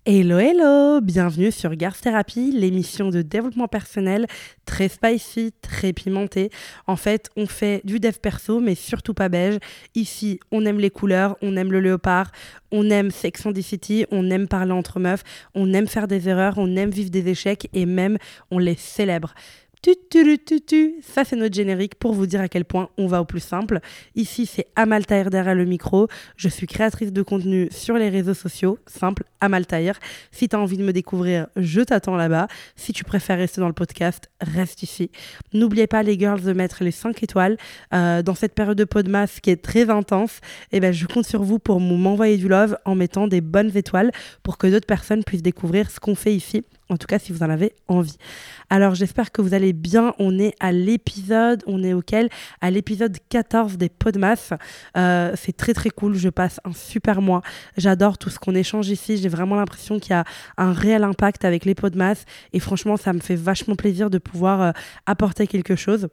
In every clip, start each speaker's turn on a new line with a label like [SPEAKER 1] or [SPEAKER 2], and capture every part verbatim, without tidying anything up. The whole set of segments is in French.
[SPEAKER 1] Hello hello, bienvenue sur Garth Therapy, l'émission de développement personnel très spicy, très pimentée. En fait, on fait du dev perso, mais surtout pas beige. Ici, on aime les couleurs, on aime le léopard, on aime Sex and the City, on aime parler entre meufs, on aime faire des erreurs, on aime vivre des échecs et même on les célèbre. Tu, tu, tu, tu, tu. Ça, c'est notre générique pour vous dire à quel point on va au plus simple. Ici, c'est Amal Taher derrière le micro. Je suis créatrice de contenu sur les réseaux sociaux. Simple, Amal Taher. Si tu as envie de me découvrir, je t'attends là-bas. Si tu préfères rester dans le podcast, reste ici. N'oubliez pas, les girls, de mettre les cinq étoiles. Euh, dans cette période de Podmas qui est très intense, eh ben, je compte sur vous pour m'envoyer du love en mettant des bonnes étoiles pour que d'autres personnes puissent découvrir ce qu'on fait ici. En tout cas, si vous en avez envie. Alors, j'espère que vous allez bien. On est à l'épisode, on est auquel À l'épisode quatorze des Podmas. Euh, c'est très, très cool. Je passe un super mois. J'adore tout ce qu'on échange ici. J'ai vraiment l'impression qu'il y a un réel impact avec les Podmas. Et franchement, ça me fait vachement plaisir de pouvoir euh, apporter quelque chose.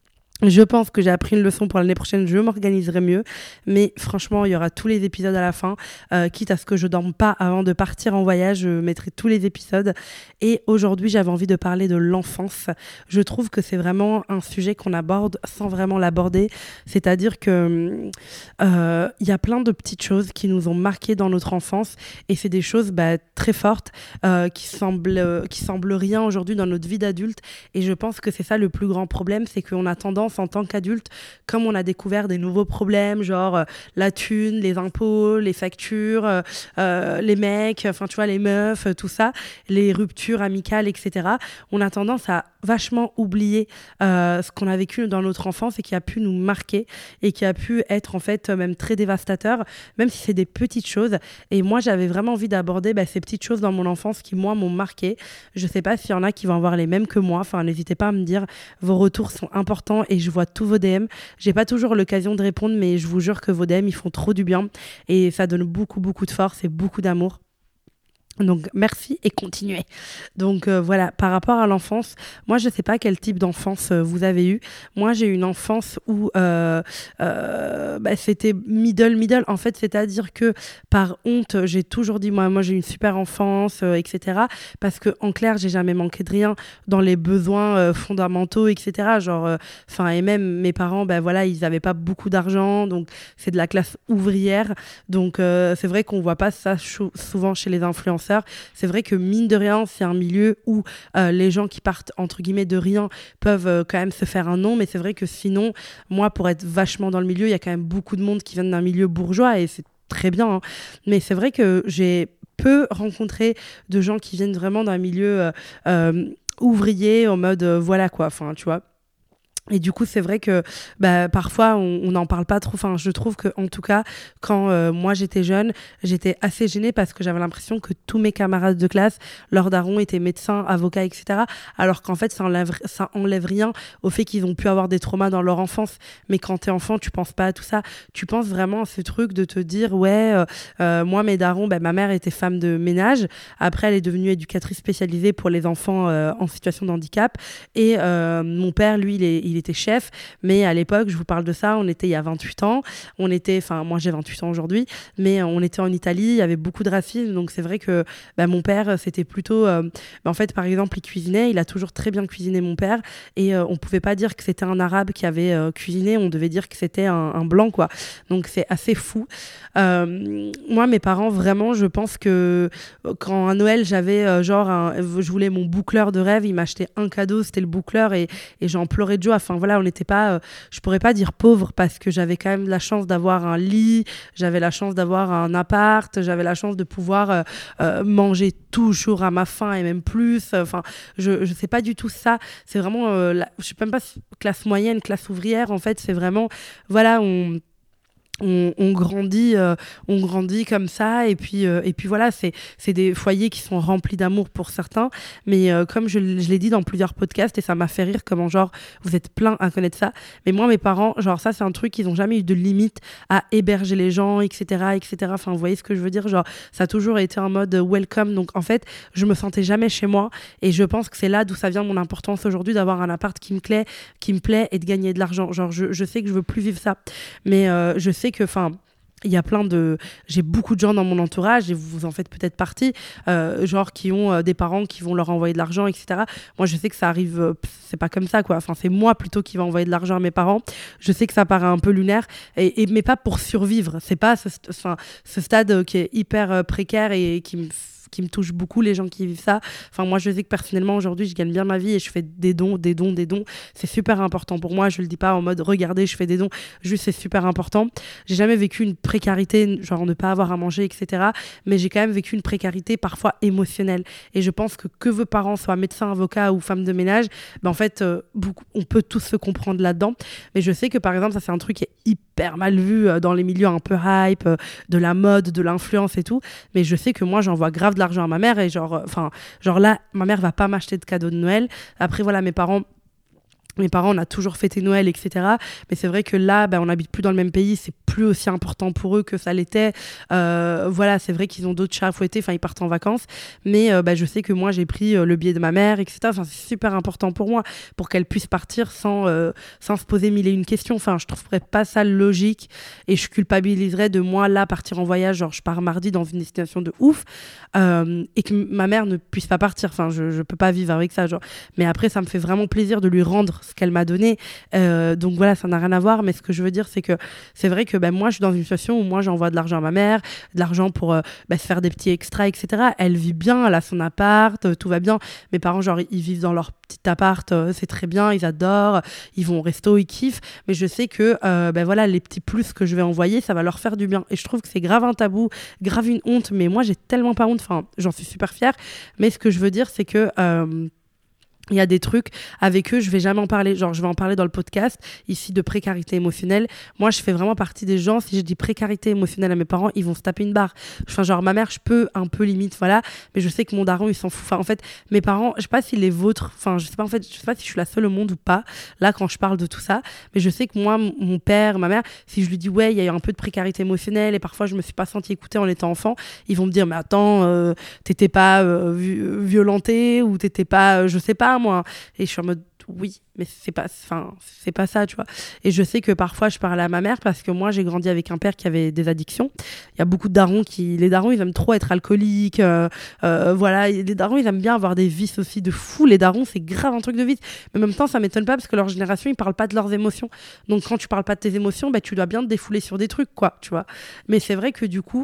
[SPEAKER 1] Je pense que j'ai appris une leçon pour l'année prochaine, je m'organiserai mieux, mais franchement, il y aura tous les épisodes à la fin, euh, quitte à ce que je dorme pas avant de partir en voyage, je mettrai tous les épisodes. Et aujourd'hui, j'avais envie de parler de l'enfance. Je trouve que c'est vraiment un sujet qu'on aborde sans vraiment l'aborder, c'est-à-dire que euh, il y a plein de petites choses qui nous ont marquées dans notre enfance, et c'est des choses bah, très fortes, euh, qui semblent, euh, qui semblent rien aujourd'hui dans notre vie d'adulte, et je pense que c'est ça le plus grand problème, c'est qu'on a tendance en tant qu'adulte, comme on a découvert des nouveaux problèmes, genre euh, la thune, les impôts, les factures, euh, euh, les mecs, enfin tu vois, les meufs, euh, tout ça, les ruptures amicales, et cetera. On a tendance à vachement oublier euh, ce qu'on a vécu dans notre enfance et qui a pu nous marquer et qui a pu être en fait même très dévastateur, même si c'est des petites choses. Et moi, j'avais vraiment envie d'aborder bah, ces petites choses dans mon enfance qui, moi, m'ont marqué. Je sais pas s'il y en a qui vont avoir les mêmes que moi. Enfin, n'hésitez pas à me dire. Vos retours sont importants et je vois tous vos D M. J'ai pas toujours l'occasion de répondre, mais je vous jure que vos D M, ils font trop du bien et ça donne beaucoup, beaucoup de force et beaucoup d'amour. Donc merci et continuez. Donc euh, voilà, par rapport à l'enfance, moi je sais pas quel type d'enfance euh, vous avez eu. Moi j'ai eu une enfance où euh, euh, bah, c'était middle middle. En fait, c'est-à-dire que par honte, j'ai toujours dit moi moi j'ai eu une super enfance, euh, et cetera. Parce que en clair, j'ai jamais manqué de rien dans les besoins euh, fondamentaux, et cetera. Genre, enfin euh, et même mes parents, ben bah, voilà, ils avaient pas beaucoup d'argent, donc c'est de la classe ouvrière. Donc euh, c'est vrai qu'on voit pas ça chou- souvent chez les influenceurs. C'est vrai que mine de rien, c'est un milieu où euh, les gens qui partent entre guillemets de rien peuvent euh, quand même se faire un nom, mais c'est vrai que sinon, moi, pour être vachement dans le milieu, il y a quand même beaucoup de monde qui vient d'un milieu bourgeois et c'est très bien, hein. Mais c'est vrai que j'ai peu rencontré de gens qui viennent vraiment d'un milieu euh, euh, ouvrier en mode euh, voilà quoi, enfin tu vois. Et du coup, c'est vrai que bah, parfois, on n'en parle pas trop. Enfin, je trouve que, en tout cas, quand euh, moi j'étais jeune, j'étais assez gênée parce que j'avais l'impression que tous mes camarades de classe, leurs darons étaient médecins, avocats, et cetera. Alors qu'en fait, ça enlève, ça enlève rien au fait qu'ils ont pu avoir des traumas dans leur enfance. Mais quand t'es enfant, tu penses pas à tout ça. Tu penses vraiment à ce truc de te dire, ouais, euh, euh, moi, mes darons, bah, ma mère était femme de ménage. Après, elle est devenue éducatrice spécialisée pour les enfants euh, en situation de handicap. Et euh, mon père, lui, il est, il était chef, mais à l'époque, je vous parle de ça, on était il y a vingt-huit ans, on était, enfin moi j'ai vingt-huit ans aujourd'hui, mais on était en Italie, il y avait beaucoup de racisme, donc c'est vrai que bah, mon père, c'était plutôt, euh, bah, en fait par exemple, il cuisinait, il a toujours très bien cuisiné mon père, et euh, on pouvait pas dire que c'était un arabe qui avait euh, cuisiné, on devait dire que c'était un, un blanc, quoi. Donc c'est assez fou. Euh, moi, mes parents, vraiment, je pense que quand à Noël, j'avais euh, genre, un, je voulais mon boucleur de rêve, ils m'achetaient un cadeau, c'était le boucleur, et, et j'en pleurais de joie. Enfin voilà, on n'était pas, euh, je pourrais pas dire pauvre parce que j'avais quand même la chance d'avoir un lit, j'avais la chance d'avoir un appart, j'avais la chance de pouvoir euh, euh, manger toujours à ma faim et même plus. Enfin, je je sais pas du tout ça. C'est vraiment, euh, la, je sais même pas si classe moyenne, classe ouvrière. En fait, c'est vraiment, voilà, on On, on grandit euh, on grandit comme ça et puis euh, et puis voilà, c'est c'est des foyers qui sont remplis d'amour pour certains, mais euh, comme je, je l'ai dit dans plusieurs podcasts et ça m'a fait rire comment genre vous êtes plein à connaître ça, mais moi mes parents, genre ça c'est un truc, ils ont jamais eu de limite à héberger les gens, etc etc. Enfin vous voyez ce que je veux dire, genre ça a toujours été un mode welcome, donc en fait je me sentais jamais chez moi et je pense que c'est là d'où ça vient mon importance aujourd'hui d'avoir un appart qui me plaît qui me plaît et de gagner de l'argent. Genre je, je sais que je veux plus vivre ça, mais euh, je sais que, enfin, il y a plein de j'ai beaucoup de gens dans mon entourage et vous vous en faites peut-être partie, euh, genre qui ont euh, des parents qui vont leur envoyer de l'argent, etc. Moi je sais que ça arrive, euh, c'est pas comme ça quoi, enfin c'est moi plutôt qui va envoyer de l'argent à mes parents. Je sais que ça paraît un peu lunaire et, et mais pas pour survivre, c'est pas ce, enfin, ce stade euh, qui est hyper euh, précaire et qui me qui me touche beaucoup, les gens qui vivent ça. Enfin, moi, je sais que personnellement, aujourd'hui, je gagne bien ma vie et je fais des dons, des dons, des dons. C'est super important pour moi. Je le dis pas en mode, regardez, je fais des dons. Juste, c'est super important. J'ai jamais vécu une précarité, genre ne pas avoir à manger, et cetera. Mais j'ai quand même vécu une précarité parfois émotionnelle. Et je pense que que vos parents soient médecins, avocats ou femmes de ménage, ben en fait, euh, beaucoup, on peut tous se comprendre là-dedans. Mais je sais que, par exemple, ça, c'est un truc qui est hyper mal vu euh, dans les milieux un peu hype, euh, de la mode, de l'influence et tout. Mais je sais que moi, j'envoie grave de l'argent à ma mère et genre, enfin, euh, genre là, ma mère va pas m'acheter de cadeaux de Noël. Après, voilà, mes parents Mes parents, on a toujours fêté Noël, et cetera. Mais c'est vrai que là, ben, on n'habite plus dans le même pays. C'est plus aussi important pour eux que ça l'était. Euh, voilà, c'est vrai qu'ils ont d'autres chats à fouetter. Enfin, ils partent en vacances. Mais euh, ben, je sais que moi, j'ai pris euh, le billet de ma mère, et cetera. Enfin, c'est super important pour moi, pour qu'elle puisse partir sans, euh, sans se poser mille et une questions. Enfin, je trouverais pas ça logique. Et je culpabiliserais de moi, là, partir en voyage. Genre, je pars mardi dans une destination de ouf. Euh, et que ma mère ne puisse pas partir. Enfin, je, je peux pas vivre avec ça. Genre. Mais après, ça me fait vraiment plaisir de lui rendre ce qu'elle m'a donné. Euh, donc voilà, ça n'a rien à voir. Mais ce que je veux dire, c'est que c'est vrai que ben, moi, je suis dans une situation où moi, j'envoie de l'argent à ma mère, de l'argent pour euh, ben, se faire des petits extras, et cetera. Elle vit bien, elle a son appart, euh, tout va bien. Mes parents, genre, ils vivent dans leur petit appart, euh, c'est très bien, ils adorent, ils vont au resto, ils kiffent. Mais je sais que euh, ben, voilà, les petits plus que je vais envoyer, ça va leur faire du bien. Et je trouve que c'est grave un tabou, grave une honte. Mais moi, j'ai tellement pas honte. Enfin, j'en suis super fière. Mais ce que je veux dire, c'est que... Euh, il y a des trucs avec eux, je vais jamais en parler. Genre, je vais en parler dans le podcast, ici, de précarité émotionnelle. Moi, je fais vraiment partie des gens, si je dis précarité émotionnelle à mes parents, ils vont se taper une barre. Enfin, genre, ma mère, je peux un peu limite, voilà. Mais je sais que mon daron, il s'en fout. Enfin, en fait, mes parents, je sais pas si les vôtres, enfin, je sais pas, en fait, je sais pas si je suis la seule au monde ou pas, là, quand je parle de tout ça. Mais je sais que moi, m- mon père, ma mère, si je lui dis, ouais, il y a eu un peu de précarité émotionnelle et parfois, je me suis pas sentie écoutée en étant enfant, ils vont me dire, mais attends, euh, t'étais pas euh, vi- violentée ou t'étais pas, euh, je sais pas, moi. Et je suis en mode oui, mais c'est pas, enfin, c'est pas ça, tu vois. Et je sais que parfois je parle à ma mère parce que moi j'ai grandi avec un père qui avait des addictions. Il y a beaucoup de darons qui, les darons ils aiment trop être alcooliques, euh, euh, voilà. Les darons ils aiment bien avoir des vices aussi de fou. Les darons c'est grave un truc de vice. Mais en même temps ça m'étonne pas parce que leur génération ils parlent pas de leurs émotions. Donc quand tu parles pas de tes émotions, bah tu dois bien te défouler sur des trucs quoi, tu vois. Mais c'est vrai que du coup,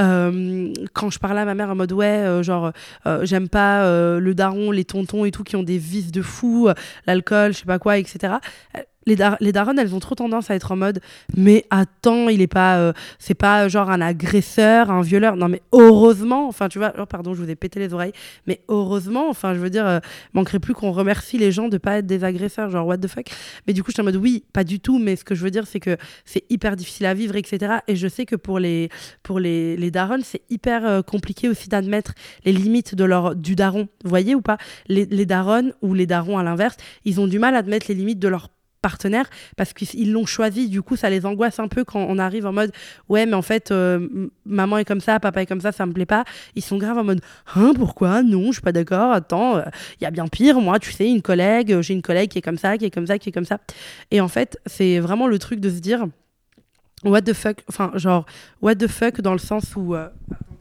[SPEAKER 1] euh, quand je parlais à ma mère en mode ouais, euh, genre euh, j'aime pas euh, le daron, les tontons et tout qui ont des vices de fou. Euh, l'alcool, je sais pas quoi, et cetera. Les, dar- les daronnes, elles ont trop tendance à être en mode mais attends, il est pas, euh, c'est pas genre un agresseur, un violeur. Non, mais heureusement, enfin, tu vois, oh, pardon, je vous ai pété les oreilles, mais heureusement, enfin, je veux dire, euh, manquerait plus qu'on remercie les gens de pas être des agresseurs, genre what the fuck. Mais du coup, je suis en mode oui, pas du tout, mais ce que je veux dire, c'est que c'est hyper difficile à vivre, et cetera. Et je sais que pour les, pour les, les daronnes, c'est hyper euh, compliqué aussi d'admettre les limites de leur, du daron. Vous voyez ou pas? Les, les daronnes ou les darons à l'inverse, ils ont du mal à admettre les limites de leur partenaire parce qu'ils l'ont choisi, du coup ça les angoisse un peu quand on arrive en mode ouais mais en fait euh, m- maman est comme ça, papa est comme ça, ça me plaît pas. Ils sont grave en mode hein, pourquoi non, je suis pas d'accord, attends, il euh, y a bien pire, moi tu sais une collègue, euh, j'ai une collègue qui est comme ça, qui est comme ça, qui est comme ça. Et en fait c'est vraiment le truc de se dire what the fuck, enfin genre what the fuck dans le sens où euh,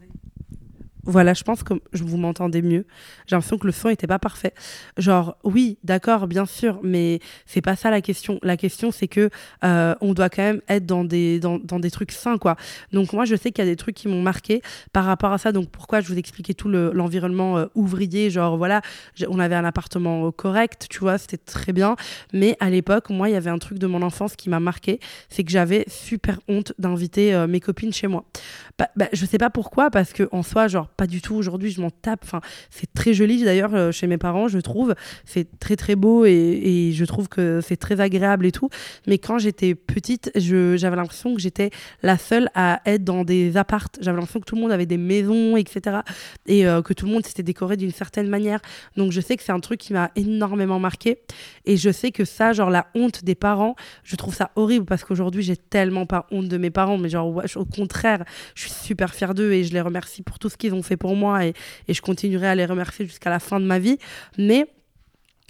[SPEAKER 1] voilà, je pense que je vous m'entendez mieux. J'ai l'impression que le son était pas parfait. Genre, oui, d'accord, bien sûr, mais c'est pas ça la question. La question, c'est que euh, on doit quand même être dans des, dans, dans des trucs sains, quoi. Donc moi, je sais qu'il y a des trucs qui m'ont marqué par rapport à ça. Donc pourquoi je vous expliquais tout le, l'environnement euh, ouvrier. Genre, voilà, j'ai- on avait un appartement euh, correct, tu vois, c'était très bien. Mais à l'époque, moi, il y avait un truc de mon enfance qui m'a marqué. C'est que j'avais super honte d'inviter euh, mes copines chez moi. Bah, bah, je sais pas pourquoi, parce que en soi, genre, pas du tout. Aujourd'hui, je m'en tape. Enfin, c'est très joli d'ailleurs euh, chez mes parents, je trouve. C'est très très beau et, et je trouve que c'est très agréable et tout. Mais quand j'étais petite, je, j'avais l'impression que j'étais la seule à être dans des appartes. J'avais l'impression que tout le monde avait des maisons, et cetera. Et euh, que tout le monde s'était décoré d'une certaine manière. Donc je sais que c'est un truc qui m'a énormément marqué. Et je sais que ça, genre la honte des parents, je trouve ça horrible parce qu'aujourd'hui, j'ai tellement pas honte de mes parents. Mais genre, ouais, au contraire, je suis super fière d'eux et je les remercie pour tout ce qu'ils ont fait pour moi et, et je continuerai à les remercier jusqu'à la fin de ma vie. Mais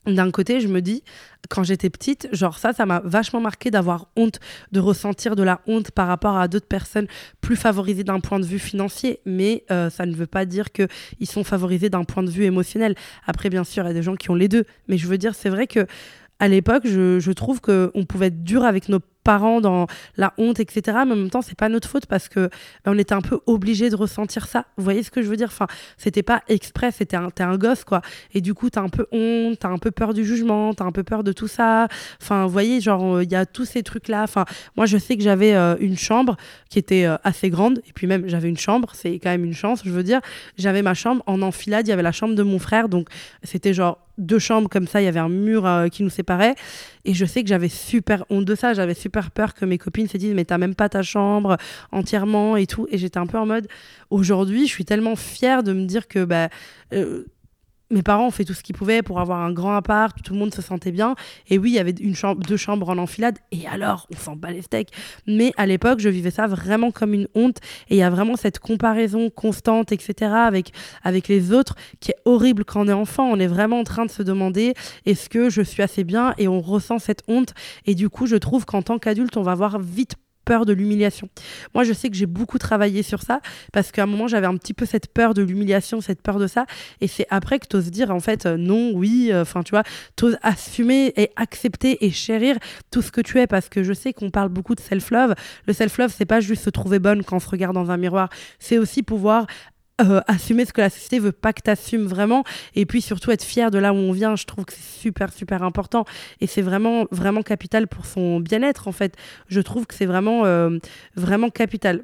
[SPEAKER 1] D'un côté, je me dis, quand j'étais petite, genre ça, ça m'a vachement marqué d'avoir honte, de ressentir de la honte par rapport à d'autres personnes plus favorisées d'un point de vue financier. Mais euh, ça ne veut pas dire qu'ils sont favorisés d'un point de vue émotionnel. Après, bien sûr, il y a des gens qui ont les deux. Mais je veux dire, c'est vrai que à l'époque, je, je trouve qu'on pouvait être dur avec nos parents dans la honte, et cetera. Mais en même temps, c'est pas notre faute parce que ben, on était un peu obligés de ressentir ça. Vous voyez ce que je veux dire? Enfin, c'était pas exprès, c'était un, t'es un gosse, quoi. Et du coup, t'as un peu honte, t'as un peu peur du jugement, t'as un peu peur de tout ça. Enfin, vous voyez, genre, il y a tous ces trucs-là. Enfin, moi, je sais que j'avais euh, une chambre qui était euh, assez grande. Et puis même, j'avais une chambre, c'est quand même une chance, je veux dire. J'avais ma chambre en enfilade, il y avait la chambre de mon frère. Donc, c'était genre deux chambres comme ça, il y avait un mur euh, qui nous séparait. Et je sais que j'avais super honte de ça, j'avais super peur que mes copines se disent mais t'as même pas ta chambre entièrement et tout. Et j'étais un peu en mode, aujourd'hui, je suis tellement fière de me dire que bah, euh, mes parents ont fait tout ce qu'ils pouvaient pour avoir un grand appart, tout le monde se sentait bien. Et oui, il y avait une chambre, deux chambres en enfilade. Et alors, on s'en bat les steaks. Mais à l'époque, je vivais ça vraiment comme une honte. Et il y a vraiment cette comparaison constante, et cetera, avec, avec les autres, qui est horrible quand on est enfant. On est vraiment en train de se demander, est-ce que je suis assez bien? Et on ressent cette honte. Et du coup, je trouve qu'en tant qu'adulte, on va avoir vite peur de l'humiliation. Moi, je sais que j'ai beaucoup travaillé sur ça parce qu'à un moment, j'avais un petit peu cette peur de l'humiliation, cette peur de ça. Et c'est après que t'oses dire, en fait, euh, non, oui, enfin, euh, tu vois, t'oses assumer et accepter et chérir tout ce que tu es parce que je sais qu'on parle beaucoup de self-love. Le self-love, c'est pas juste se trouver bonne quand on se regarde dans un miroir. C'est aussi pouvoir Euh, assumer ce que la société veut pas que tu assumes vraiment et puis surtout être fier de là où on vient. Je trouve que c'est super super important et c'est vraiment vraiment capital pour son bien-être en fait. Je trouve que c'est vraiment euh, vraiment capital.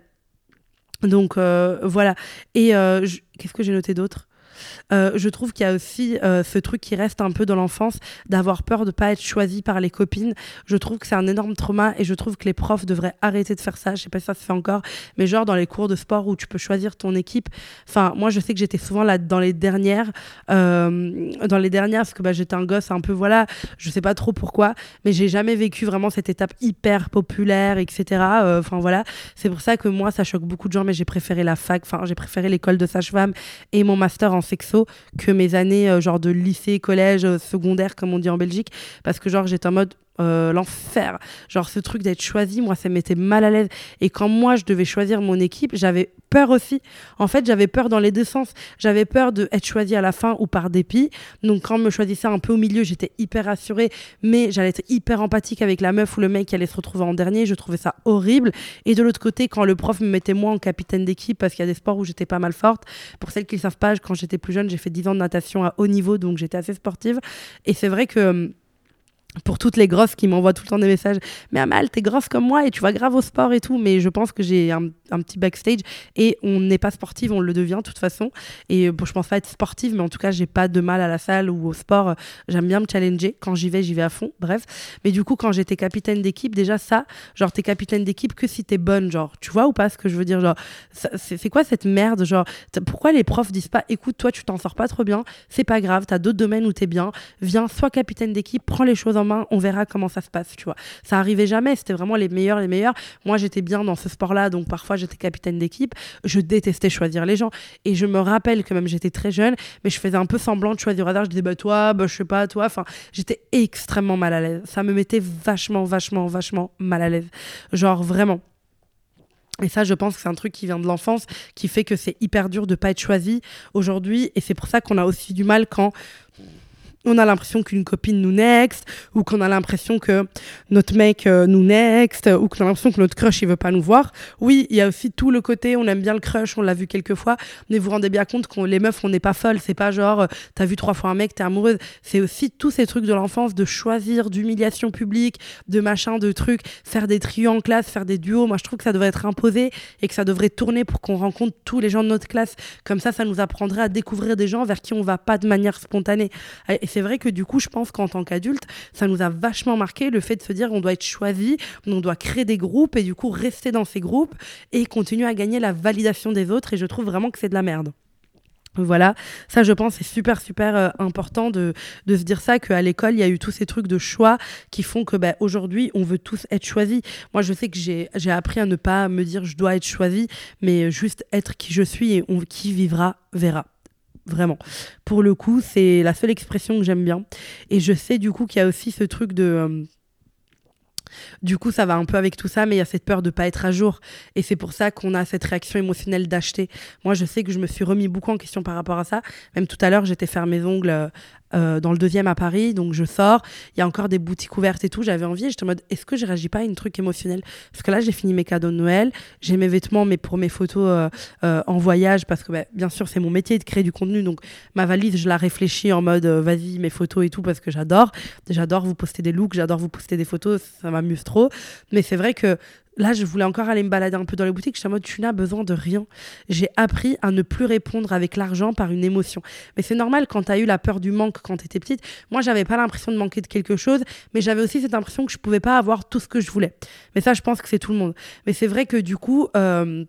[SPEAKER 1] Donc euh, voilà. Et euh, je- qu'est-ce que j'ai noté d'autre? Euh, je trouve qu'il y a aussi euh, ce truc qui reste un peu dans l'enfance, d'avoir peur de ne pas être choisi par les copines. Je trouve que c'est un énorme trauma et je trouve que les profs devraient arrêter de faire ça. Je sais pas si ça se fait encore, mais genre dans les cours de sport où tu peux choisir ton équipe. Enfin, moi, je sais que j'étais souvent là dans les dernières, euh, dans les dernières parce que bah, j'étais un gosse un peu, voilà, je sais pas trop pourquoi, mais j'ai jamais vécu vraiment cette étape hyper populaire, et cetera. Enfin, euh, voilà. C'est pour ça que moi, ça choque beaucoup de gens, mais j'ai préféré la fac, enfin, j'ai préféré l'école de sage-femme et mon master en sexo que mes années euh, genre de lycée, collège, euh, secondaire comme on dit en Belgique parce que genre j'étais en mode euh, l'enfer, genre ce truc d'être choisi, moi ça me mettait mal à l'aise et quand moi je devais choisir mon équipe j'avais peur aussi, en fait j'avais peur dans les deux sens, j'avais peur d'être choisie à la fin ou par dépit, donc quand on me choisissait un peu au milieu j'étais hyper rassurée mais j'allais être hyper empathique avec la meuf ou le mec qui allait se retrouver en dernier, je trouvais ça horrible et de l'autre côté quand le prof me mettait moi en capitaine d'équipe parce qu'il y a des sports où j'étais pas mal forte, pour celles qui ne savent pas, quand j'étais plus jeune j'ai fait dix ans de natation à haut niveau donc j'étais assez sportive et c'est vrai que pour toutes les grosses qui m'envoient tout le temps des messages, mais Amal t'es grosse comme moi et tu vas grave au sport et tout, mais je pense que j'ai un, un petit backstage et on n'est pas sportive, on le devient de toute façon et bon, je pense pas être sportive mais en tout cas j'ai pas de mal à la salle ou au sport, j'aime bien me challenger, quand j'y vais j'y vais à fond, bref, mais du coup quand j'étais capitaine d'équipe, déjà ça, genre t'es capitaine d'équipe que si t'es bonne, genre tu vois ou pas ce que je veux dire, genre ça, c'est, c'est quoi cette merde, genre pourquoi les profs disent pas écoute toi tu t'en sors pas trop bien, c'est pas grave, t'as d'autres domaines où t'es bien, viens sois capitaine d'équipe, prends les choses en main, on verra comment ça se passe, tu vois. Ça arrivait jamais, c'était vraiment les meilleurs, les meilleurs. Moi, j'étais bien dans ce sport-là, donc parfois j'étais capitaine d'équipe. Je détestais choisir les gens. Et je me rappelle que même j'étais très jeune, mais je faisais un peu semblant de choisir au hasard. Je disais, bah toi, bah je sais pas, toi. Enfin, j'étais extrêmement mal à l'aise. Ça me mettait vachement, vachement, vachement mal à l'aise. Genre vraiment. Et ça, je pense que c'est un truc qui vient de l'enfance, qui fait que c'est hyper dur de pas être choisi aujourd'hui. Et c'est pour ça qu'on a aussi du mal quand on a l'impression qu'une copine nous next, ou qu'on a l'impression que notre mec euh, nous next, ou qu'on a l'impression que notre crush il veut pas nous voir. Oui, il y a aussi tout le côté, on aime bien le crush, on l'a vu quelques fois, mais vous vous rendez bien compte que les meufs, on n'est pas folles, c'est pas genre, euh, t'as vu trois fois un mec, t'es amoureuse. C'est aussi tous ces trucs de l'enfance, de choisir, d'humiliation publique, de machin, de trucs, faire des trios en classe, faire des duos. Moi, je trouve que ça devrait être imposé et que ça devrait tourner pour qu'on rencontre tous les gens de notre classe. Comme ça, ça nous apprendrait à découvrir des gens vers qui on va pas de manière spontanée. Et c'est vrai que du coup, je pense qu'en tant qu'adulte, ça nous a vachement marqué le fait de se dire on doit être choisi, on doit créer des groupes et du coup rester dans ces groupes et continuer à gagner la validation des autres. Et je trouve vraiment que c'est de la merde. Voilà, ça je pense c'est super super euh, important de, de se dire ça, qu'à l'école il y a eu tous ces trucs de choix qui font que bah, aujourd'hui on veut tous être choisis. Moi je sais que j'ai, j'ai appris à ne pas me dire je dois être choisi, mais juste être qui je suis et on, qui vivra verra. Vraiment. Pour le coup, c'est la seule expression que j'aime bien. Et je sais du coup qu'il y a aussi ce truc de... euh, du coup, ça va un peu avec tout ça, mais il y a cette peur de pas être à jour. Et c'est pour ça qu'on a cette réaction émotionnelle d'acheter. Moi, je sais que je me suis remis beaucoup en question par rapport à ça. Même tout à l'heure, j'étais faire mes ongles euh, euh, dans le deuxième à Paris. Donc, je sors. Il y a encore des boutiques ouvertes et tout. J'avais envie. Et j'étais en mode, est-ce que je réagis pas à une truc émotionnel? Parce que là, j'ai fini mes cadeaux de Noël. J'ai mes vêtements, mais pour mes photos euh, euh, en voyage. Parce que, bah, bien sûr, c'est mon métier de créer du contenu. Donc, ma valise, je la réfléchis en mode, euh, vas-y, mes photos et tout, parce que j'adore. J'adore vous poster des looks. J'adore vous poster des photos. Ça m'amuse trop. Mais c'est vrai que là, je voulais encore aller me balader un peu dans les boutiques. J'étais en mode, tu n'as besoin de rien. J'ai appris à ne plus répondre avec l'argent par une émotion. Mais c'est normal quand tu as eu la peur du manque quand tu étais petite. Moi, j'avais pas l'impression de manquer de quelque chose, mais j'avais aussi cette impression que je pouvais pas avoir tout ce que je voulais. Mais ça, je pense que c'est tout le monde. Mais c'est vrai que du coup, euh,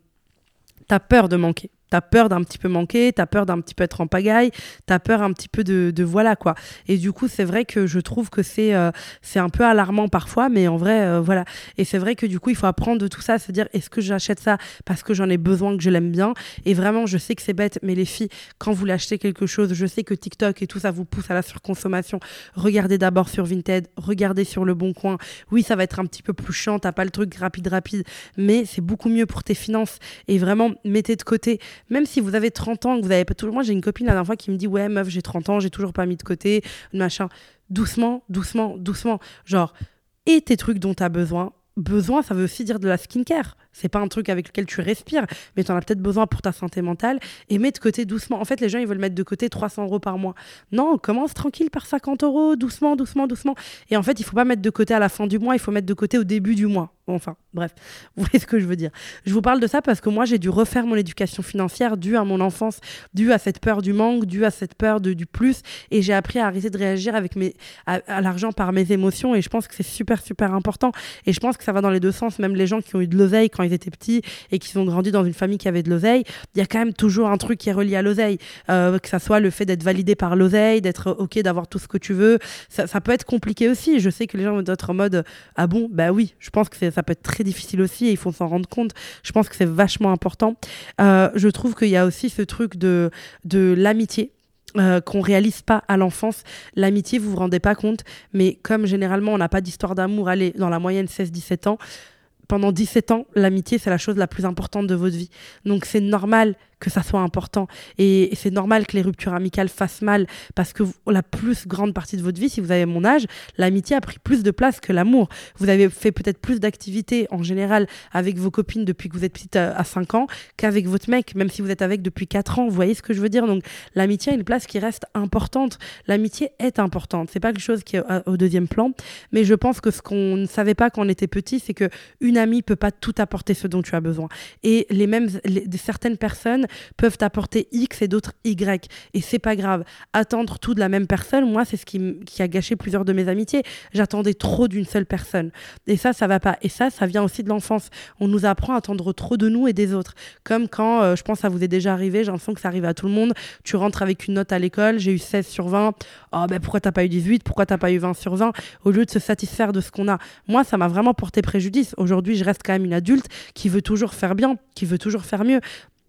[SPEAKER 1] tu as peur de manquer. T'as peur d'un petit peu manquer, t'as peur d'un petit peu être en pagaille, t'as peur un petit peu de, de voilà quoi. Et du coup, c'est vrai que je trouve que c'est euh, c'est un peu alarmant parfois, mais en vrai, euh, voilà. Et c'est vrai que du coup, il faut apprendre de tout ça, se dire est-ce que j'achète ça parce que j'en ai besoin, que je l'aime bien. Et vraiment, je sais que c'est bête, mais les filles, quand vous l'achetez quelque chose, je sais que TikTok et tout ça vous pousse à la surconsommation. Regardez d'abord sur Vinted, regardez sur Le Bon Coin. Oui, ça va être un petit peu plus chiant, t'as pas le truc rapide, rapide, mais c'est beaucoup mieux pour tes finances. Et vraiment, mettez de côté. Même si vous avez trente ans, que vous avez pas toujours... Moi, j'ai une copine la dernière fois qui me dit « Ouais, meuf, j'ai trente ans, j'ai toujours pas mis de côté, machin. » Doucement, doucement, doucement. Genre, et tes trucs dont tu as besoin. Besoin, ça veut aussi dire de la skincare. C'est pas un truc avec lequel tu respires, mais tu en as peut-être besoin pour ta santé mentale. Et mets de côté doucement. En fait, les gens, ils veulent mettre de côté trois cents euros par mois. Non, commence tranquille par cinquante euros, doucement, doucement, doucement. Et en fait, il faut pas mettre de côté à la fin du mois, il faut mettre de côté au début du mois. Enfin, bref, vous voyez ce que je veux dire. Je vous parle de ça parce que moi, j'ai dû refaire mon éducation financière due à mon enfance, due à cette peur du manque, due à cette peur de, du plus. Et j'ai appris à arrêter de réagir avec mes, à, à l'argent par mes émotions. Et je pense que c'est super, super important. Et je pense que ça va dans les deux sens. Même les gens qui ont eu de l'oseille quand ils étaient petits et qui ont grandi dans une famille qui avait de l'oseille, il y a quand même toujours un truc qui est relié à l'oseille. Euh, que ça soit le fait d'être validé par l'oseille, d'être OK, d'avoir tout ce que tu veux. Ça, ça peut être compliqué aussi. Je sais que les gens vont être en mode « Ah bon, bah oui, je pense que c'est, ça peut être très difficile aussi et il faut s'en rendre compte. » Je pense que c'est vachement important. Euh, je trouve qu'il y a aussi ce truc de, de l'amitié. Euh, qu'on réalise pas à l'enfance. L'amitié, vous vous rendez pas compte, mais comme généralement on n'a pas d'histoire d'amour, allez, dans la moyenne seize dix-sept ans, pendant dix-sept ans, l'amitié, c'est la chose la plus importante de votre vie. Donc c'est normal que ça soit important. Et, et c'est normal que les ruptures amicales fassent mal parce que vous, la plus grande partie de votre vie, si vous avez mon âge, l'amitié a pris plus de place que l'amour. Vous avez fait peut-être plus d'activités en général avec vos copines depuis que vous êtes petite à, à cinq ans qu'avec votre mec, même si vous êtes avec depuis quatre ans. Vous voyez ce que je veux dire? Donc l'amitié a une place qui reste importante. L'amitié est importante. C'est pas quelque chose qui est au deuxième plan, mais je pense que ce qu'on ne savait pas quand on était petit, c'est que une amie peut pas tout apporter ce dont tu as besoin. Et les mêmes, les, certaines personnes peuvent apporter X et d'autres Y. Et c'est pas grave. Attendre tout de la même personne, moi, c'est ce qui, m- qui a gâché plusieurs de mes amitiés. J'attendais trop d'une seule personne. Et ça, ça va pas. Et ça, ça vient aussi de l'enfance. On nous apprend à attendre trop de nous et des autres. Comme quand, euh, je pense, ça vous est déjà arrivé, j'ai l'impression que ça arrive à tout le monde. Tu rentres avec une note à l'école, j'ai eu seize sur vingt. Oh, ben pourquoi t'as pas eu dix-huit? Pourquoi t'as pas eu vingt sur vingt? Au lieu de se satisfaire de ce qu'on a. Moi, ça m'a vraiment porté préjudice. Aujourd'hui, je reste quand même une adulte qui veut toujours faire bien, qui veut toujours faire mieux.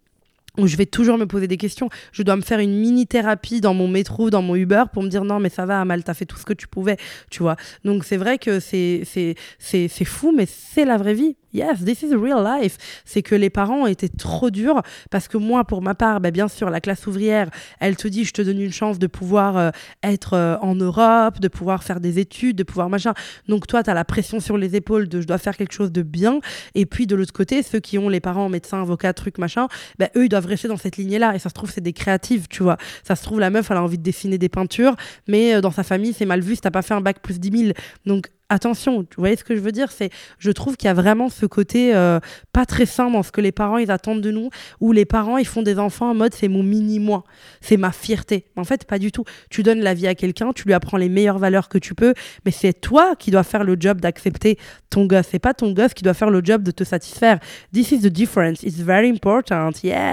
[SPEAKER 1] Où je vais toujours me poser des questions. Je dois me faire une mini-thérapie dans mon métro, dans mon Uber pour me dire non, mais ça va, Amal, t'as fait tout ce que tu pouvais, tu vois. Donc c'est vrai que c'est, c'est, c'est, c'est fou, mais c'est la vraie vie. Yes, this is real life. C'est que les parents ont été trop durs parce que moi, pour ma part, bah, bien sûr, la classe ouvrière, elle te dit, je te donne une chance de pouvoir euh, être euh, en Europe, de pouvoir faire des études, de pouvoir machin. Donc toi, t'as la pression sur les épaules de je dois faire quelque chose de bien. Et puis de l'autre côté, ceux qui ont les parents médecins, avocats, trucs, machin, bah, eux, ils doivent rester dans cette lignée-là. Et ça se trouve, c'est des créatives, tu vois. Ça se trouve, la meuf, elle a envie de dessiner des peintures, mais euh, dans sa famille, c'est mal vu si t'as pas fait un bac plus dix mille. Donc, attention, vous voyez ce que je veux dire? C'est, je trouve qu'il y a vraiment ce côté euh, pas très sain dans ce que les parents, ils attendent de nous, où les parents, ils font des enfants en mode, c'est mon mini-moi, c'est ma fierté. En fait, pas du tout. Tu donnes la vie à quelqu'un, tu lui apprends les meilleures valeurs que tu peux, mais c'est toi qui dois faire le job d'accepter ton gosse. C'est pas ton gosse qui doit faire le job de te satisfaire. This is the difference. It's very important.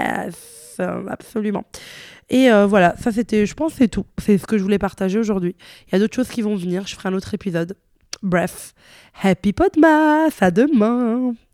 [SPEAKER 1] Yes, euh, absolument. Et euh, voilà, ça c'était, je pense, c'est tout. C'est ce que je voulais partager aujourd'hui. Il y a d'autres choses qui vont venir. Je ferai un autre épisode. Bref, happy Podmas, à demain!